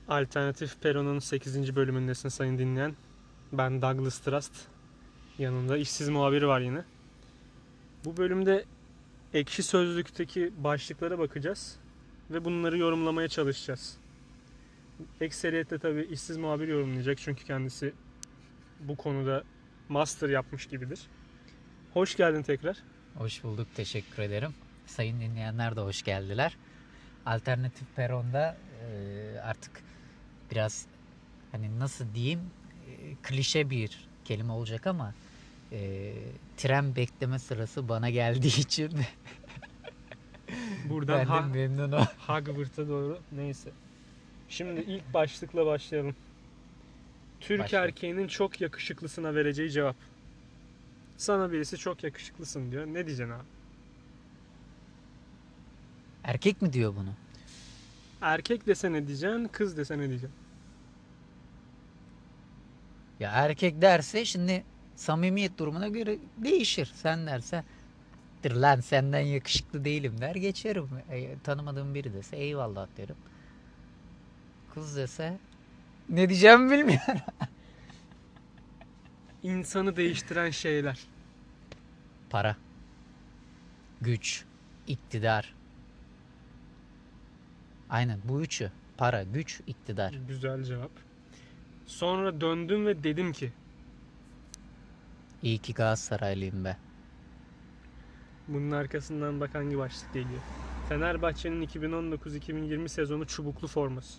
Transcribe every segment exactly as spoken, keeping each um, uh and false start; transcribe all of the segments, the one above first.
Alternatif Pero'nun sekizinci bölümündesin sayın dinleyen. Ben Douglas Trust. Yanımda işsiz muhabiri var yine. Bu bölümde Ekşi Sözlük'teki başlıklara bakacağız ve bunları yorumlamaya çalışacağız. Ekseriyette tabii işsiz muhabir yorumlayacak çünkü kendisi bu konuda master yapmış gibidir. Hoş geldin tekrar. Hoş bulduk, teşekkür ederim. Sayın dinleyenler de hoş geldiler. Alternatif Peron'da e, artık biraz hani nasıl diyeyim e, klişe bir kelime olacak ama e, tren bekleme sırası bana geldiği için Buradan ben de ha- memnunum. Hogwarts'a doğru neyse. Şimdi ilk başlıkla başlayalım. Türk Başla. erkeğinin çok yakışıklısına vereceği cevap. Sana birisi çok yakışıklısın diyor. Ne diyeceksin abi? Erkek mi diyor bunu? Erkek dese ne diyeceksin, kız dese ne diyeceksin? Ya erkek derse şimdi samimiyet durumuna göre değişir. Sen derse "Dır lan senden yakışıklı değilim" der geçerim. E, tanımadığım biri dese eyvallah derim. Kız dese ne diyeceğimi bilmiyorum. İnsanı değiştiren şeyler. Para, güç, iktidar. Aynen bu üçü. Para, güç, iktidar. Güzel cevap. Sonra döndüm ve dedim ki İyi ki Galatasaraylıyım be. bunun arkasından bak hangi başlık geliyor. Fenerbahçe'nin iki bin on dokuz iki bin yirmi sezonu çubuklu forması.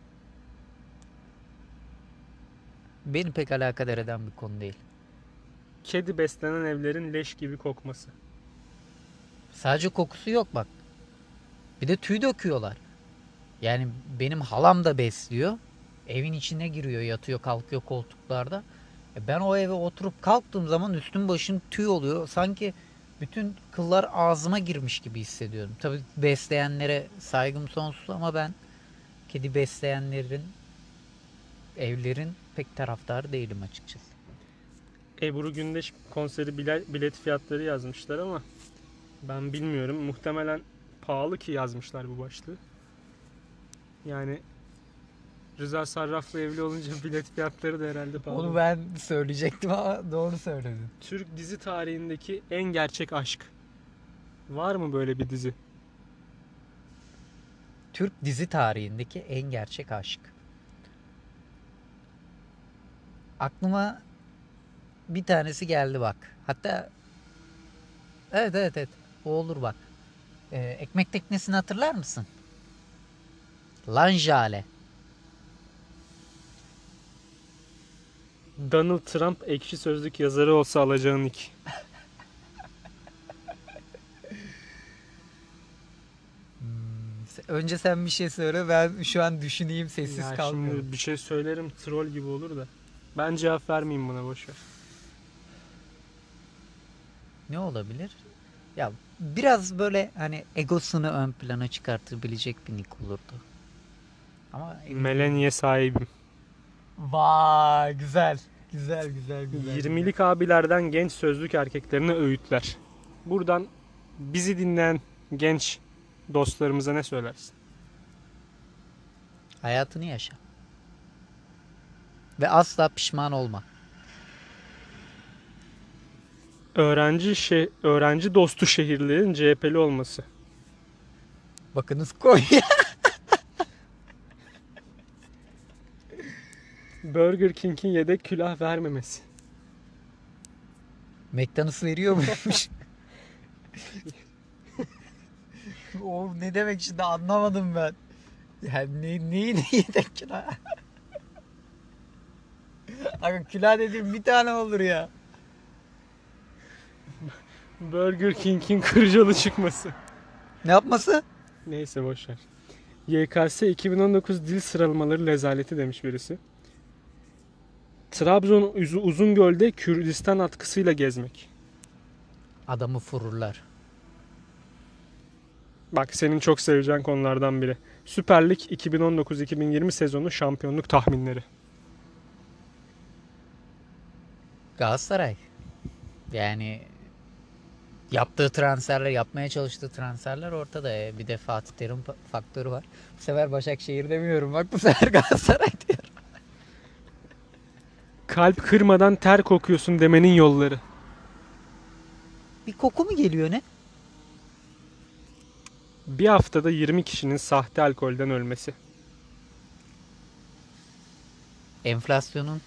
Beni pek alakadar eden bir konu değil. Kedi beslenen evlerin leş gibi kokması. Sadece kokusu yok bak. Bir de tüy döküyorlar. Yani benim halam da besliyor. Evin içine giriyor, yatıyor, kalkıyor koltuklarda. E ben o eve oturup kalktığım zaman üstüm başım tüy oluyor. Sanki bütün kıllar ağzıma girmiş gibi hissediyorum. Tabii besleyenlere saygım sonsuz ama ben kedi besleyenlerin, evlerin pek taraftarı değilim açıkçası. Ebru Gündeş konseri bilet fiyatları yazmışlar ama ben bilmiyorum. Muhtemelen pahalı ki yazmışlar bu başlığı. Yani Rıza Sarraf'la evli olunca bilet fiyatları da herhalde pahalı. Onu ben söyleyecektim ama doğru söyledin. Türk dizi tarihindeki en gerçek aşk. Var mı böyle bir dizi? Türk dizi tarihindeki en gerçek aşk. Aklıma bir tanesi geldi bak. Hatta evet evet evet o olur bak. Ee, ekmek teknesini hatırlar mısın? Lanjale. Donald Trump Ekşi Sözlük yazarı olsa alacağın ilk. Önce sen bir şey söyle, ben şu an düşüneyim, sessiz Ya kalmıyorum. şimdi bir şey söylerim troll gibi olur da. Ben cevap vermeyeyim buna, boşver. Ne olabilir? Ya biraz böyle hani egosunu ön plana çıkartabilecek bir nick olurdu. Ama Melanie sahibim. vay güzel. Güzel güzel güzel. yirmilik abilerden genç sözlük erkeklerine öğütler. Buradan bizi dinleyen genç dostlarımıza ne söylersin? Hayatını yaşa. Ve asla pişman olma. Öğrenci şey öğrenci dostu şehirlerin C H P'li olması. Bakınız Konya. Burger King'in yedek külah vermemesi. McDonald's veriyor muymuş? O ne demek şimdi anlamadım ben. Yani ne, neyi ne yedek külah? Abi külah dediğim bir tane olur ya. Burger King'in kırcalı çıkması. Ne yapması? Neyse boşver. Y K S iki bin on dokuz dil sıralamaları rezaleti demiş birisi. Trabzon Uz- Uzungöl'de Kürdistan atkısıyla gezmek. Adamı vururlar. Bak senin çok seveceğin konulardan biri. Süper Lig iki bin on dokuz iki bin yirmi sezonu şampiyonluk tahminleri. Galatasaray. Yani Yaptığı transferler, yapmaya çalıştığı transferler ortada. E, bir de Fatih Terim fa- faktörü var. Bu sefer Başakşehir demiyorum. Bak bu sefer Galatasaray diyorum. Kalp kırmadan ter kokuyorsun demenin yolları. Bir koku mu geliyor ne? Bir haftada yirmi kişinin sahte alkolden ölmesi. Enflasyonun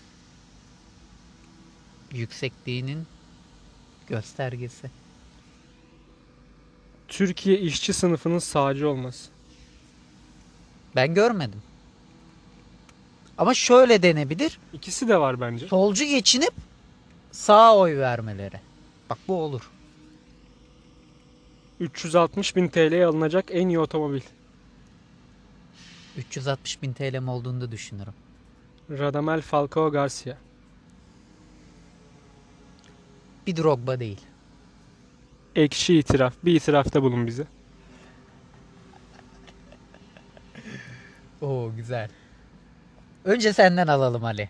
yüksekliğinin göstergesi. Türkiye işçi sınıfının sağcı olması. Ben görmedim. Ama şöyle denebilir. İkisi de var bence. Solcu geçinip sağa oy vermeleri. Bak bu olur. üç yüz altmış bin T L'ye alınacak en iyi otomobil. üç yüz altmış bin T L'm olduğunu da düşünürüm. Radamel Falcao Garcia. Bir Drogba değil. Ekşi itiraf. Bir itirafta bulun bize. Oo güzel. Önce senden alalım Ali.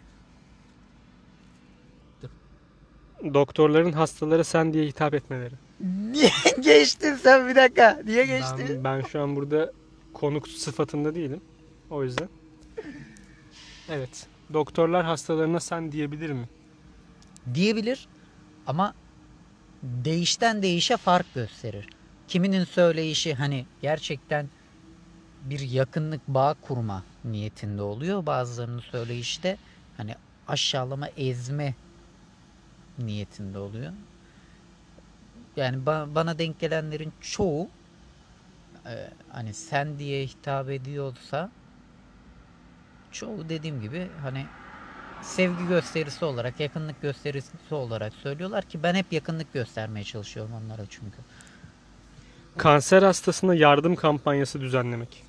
Doktorların hastalara sen diye hitap etmeleri. Niye geçtin sen bir dakika? Niye geçtin? Ben, ben şu an burada konuk sıfatında değilim. O yüzden. Evet. Doktorlar hastalarına sen diyebilir mi? Diyebilir ama değişten değişe fark gösterir. Kiminin söyleyişi hani gerçekten bir yakınlık bağ kurma niyetinde oluyor. Bazılarının söyleyişi de hani aşağılama, ezme niyetinde oluyor. Yani ba- bana denk gelenlerin çoğu e, hani sen diye hitap ediyorsa çoğu dediğim gibi hani sevgi gösterisi olarak, yakınlık gösterisi olarak söylüyorlar ki ben hep yakınlık göstermeye çalışıyorum onlara çünkü. Kanser hastasına yardım kampanyası düzenlemek.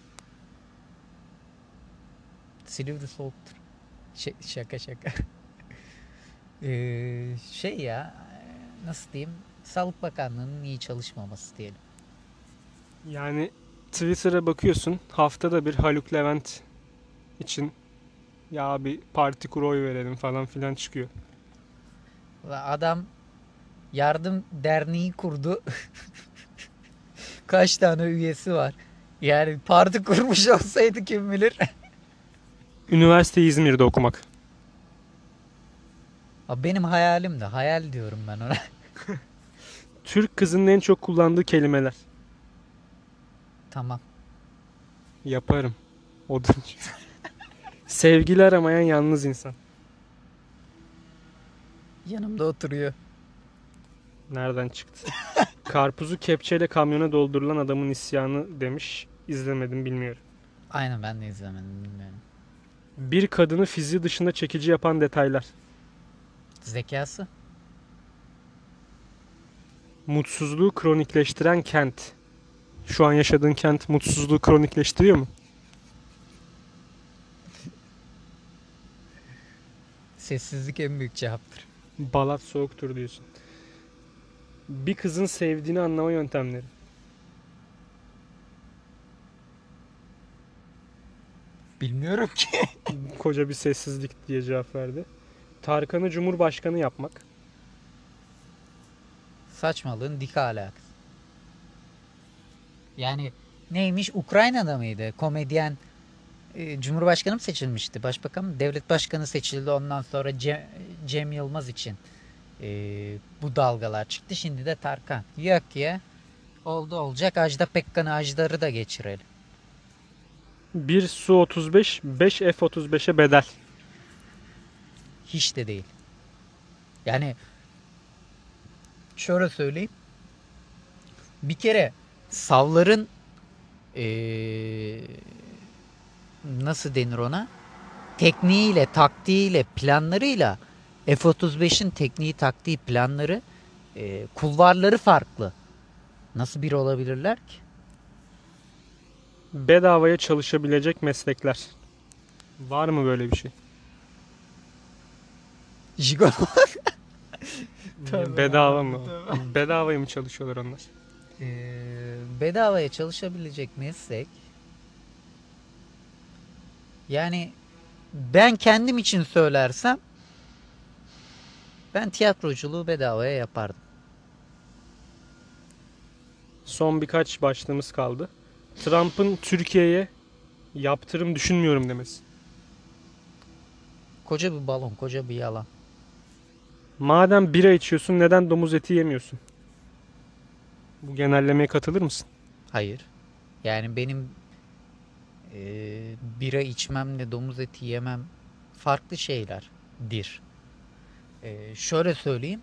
Silivri soğuktur. Ş- şaka şaka. Ee, şey ya nasıl diyeyim? Sağlık Bakanlığı'nın iyi çalışmaması diyelim. Yani Twitter'a bakıyorsun haftada bir Haluk Levent için ya bir parti kur oy verelim falan filan çıkıyor. Ve adam yardım derneği kurdu. Kaç tane üyesi var. Yani parti kurmuş olsaydı kim bilir. Üniversiteyi İzmir'de okumak. Abi benim hayalim de hayal diyorum ben ona. Türk kızının en çok kullandığı kelimeler. Tamam. Yaparım. Oduncu. Sevgili aramayan yalnız insan. Yanımda oturuyor. Nereden çıktı? Karpuzu kepçeyle kamyona doldurulan adamın isyanı demiş. İzlemedim bilmiyorum. Aynen ben de izlemedim bilmiyorum. Bir kadını fiziği dışında çekici yapan detaylar. Zekası. Mutsuzluğu kronikleştiren kent. Şu an yaşadığın kent mutsuzluğu kronikleştiriyor mu? Sessizlik en büyük cevaptır. Balat soğuktur diyorsun. Bir kızın sevdiğini anlama yöntemleri. Bilmiyorum ki. Koca bir sessizlik diye cevap verdi. Tarkan'ı Cumhurbaşkanı yapmak. Saçmalığın dik alakası. Yani neymiş Ukrayna'da mıydı? Komedyen e, Cumhurbaşkanı mı seçilmişti? Başbakan mı? Devlet başkanı seçildi. Ondan sonra Cem, Cem Yılmaz için e, bu dalgalar çıktı. Şimdi de Tarkan. Yok ya. Oldu olacak. Ajda Pekkan'ı Ajdar'ı da geçirelim. Bir Su otuz beş, beş F otuz beşe bedel. Hiç de değil. Yani şöyle söyleyeyim. Bir kere savların ee, nasıl denir ona? Tekniğiyle, taktiğiyle, planlarıyla F otuz beşin tekniği, taktiği, planları, e, kulvarları farklı. Nasıl bir olabilirler ki? Bedavaya çalışabilecek meslekler. Var mı böyle bir şey? Jigolo. Bedava mı? Bedavaya mı çalışıyorlar onlar? E, bedavaya çalışabilecek meslek. Yani ben kendim için söylersem ben tiyatroculuğu bedavaya yapardım. Son birkaç başlığımız kaldı. Trump'ın Türkiye'ye yaptırım düşünmüyorum demesi. Koca bir balon, koca bir yalan. Madem bira içiyorsun neden domuz eti yemiyorsun? Bu genellemeye katılır mısın? Hayır. Yani benim e, bira içmemle domuz eti yemem farklı şeylerdir. E, şöyle söyleyeyim.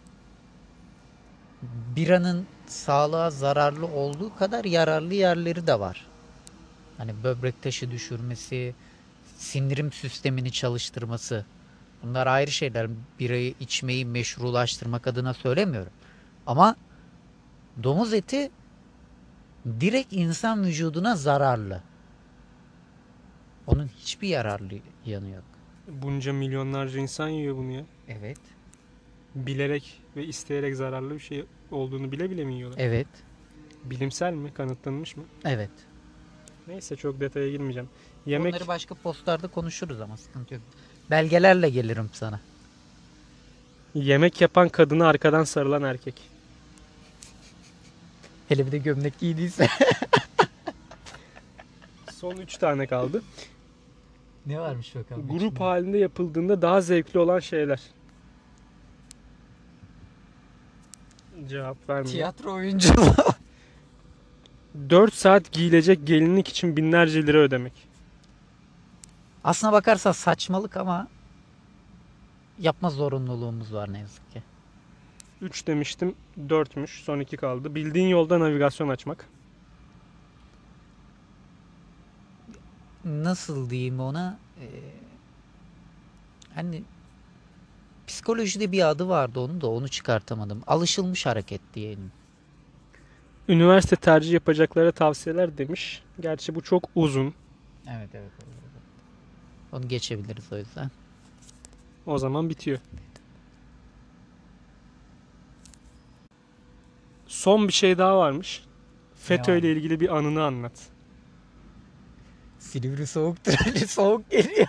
Biranın sağlığa zararlı olduğu kadar yararlı yerleri de var. Hani böbrek taşı düşürmesi, sindirim sistemini çalıştırması. Bunlar ayrı şeyler. Birayı içmeyi meşrulaştırmak adına söylemiyorum. Ama domuz eti direkt insan vücuduna zararlı. Onun hiçbir yararlı yanı yok. Bunca milyonlarca insan yiyor bunu ya. Evet. Bilerek ve isteyerek zararlı bir şey olduğunu bile bile mi yiyorlar? Evet. Bilimsel mi? Kanıtlanmış mı? Evet. Neyse çok detaya girmeyeceğim. Yemek Onları başka postlarda konuşuruz ama sıkıntı yok. Belgelerle gelirim sana. yemek yapan kadına arkadan sarılan erkek. Hele bir de gömlek giydiyse. Son üç tane kaldı. Ne varmış bakalım? Grup halinde yapıldığında daha zevkli olan şeyler. Cevap vermiyor. Tiyatro oyunculuğu. dört saat giyilecek gelinlik için binlerce lira ödemek. Aslına bakarsan saçmalık ama yapma zorunluluğumuz var ne yazık ki. üç demiştim, dörtmüş. Son iki kaldı. Bildiğin yolda navigasyon açmak. Nasıl diyeyim ona? Ee, hani psikolojide bir adı vardı onun da onu çıkartamadım. Alışılmış hareket diyelim. Üniversite tercih yapacaklara tavsiyeler demiş. Gerçi bu çok uzun. Evet evet. Onu geçebiliriz o yüzden. O zaman bitiyor. Son bir şey daha varmış. FETÖ ile ilgili bir anını anlat. Silivri soğuktur. Öyle soğuk geliyor.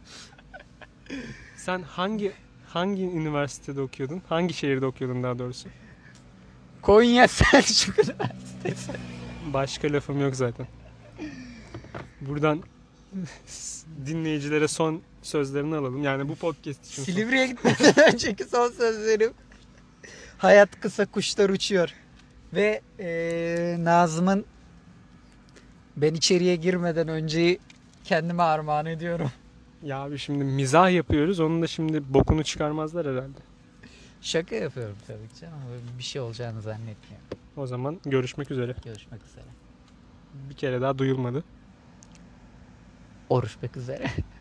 Sen hangi hangi üniversitede okuyordun? Hangi şehirde okuyordun daha doğrusu? Konya Selçuk Üniversitesi. Başka lafım yok zaten. Buradan dinleyicilere son sözlerini alalım. Yani bu podcast için. son. Silivri'ye gitmeden önceki son sözlerim. Hayat kısa, kuşlar uçuyor. Ve ee, Nazım'ın ben içeriye girmeden önce kendime armağan ediyorum. Ya abi şimdi mizah yapıyoruz. Onun da şimdi bokunu çıkarmazlar herhalde. Şaka yapıyorum tabii ki canım. Böyle bir şey olacağını zannetmiyorum. O zaman görüşmek üzere. Görüşmek üzere. Bir kere daha duyulmadı. Görüşmek üzere.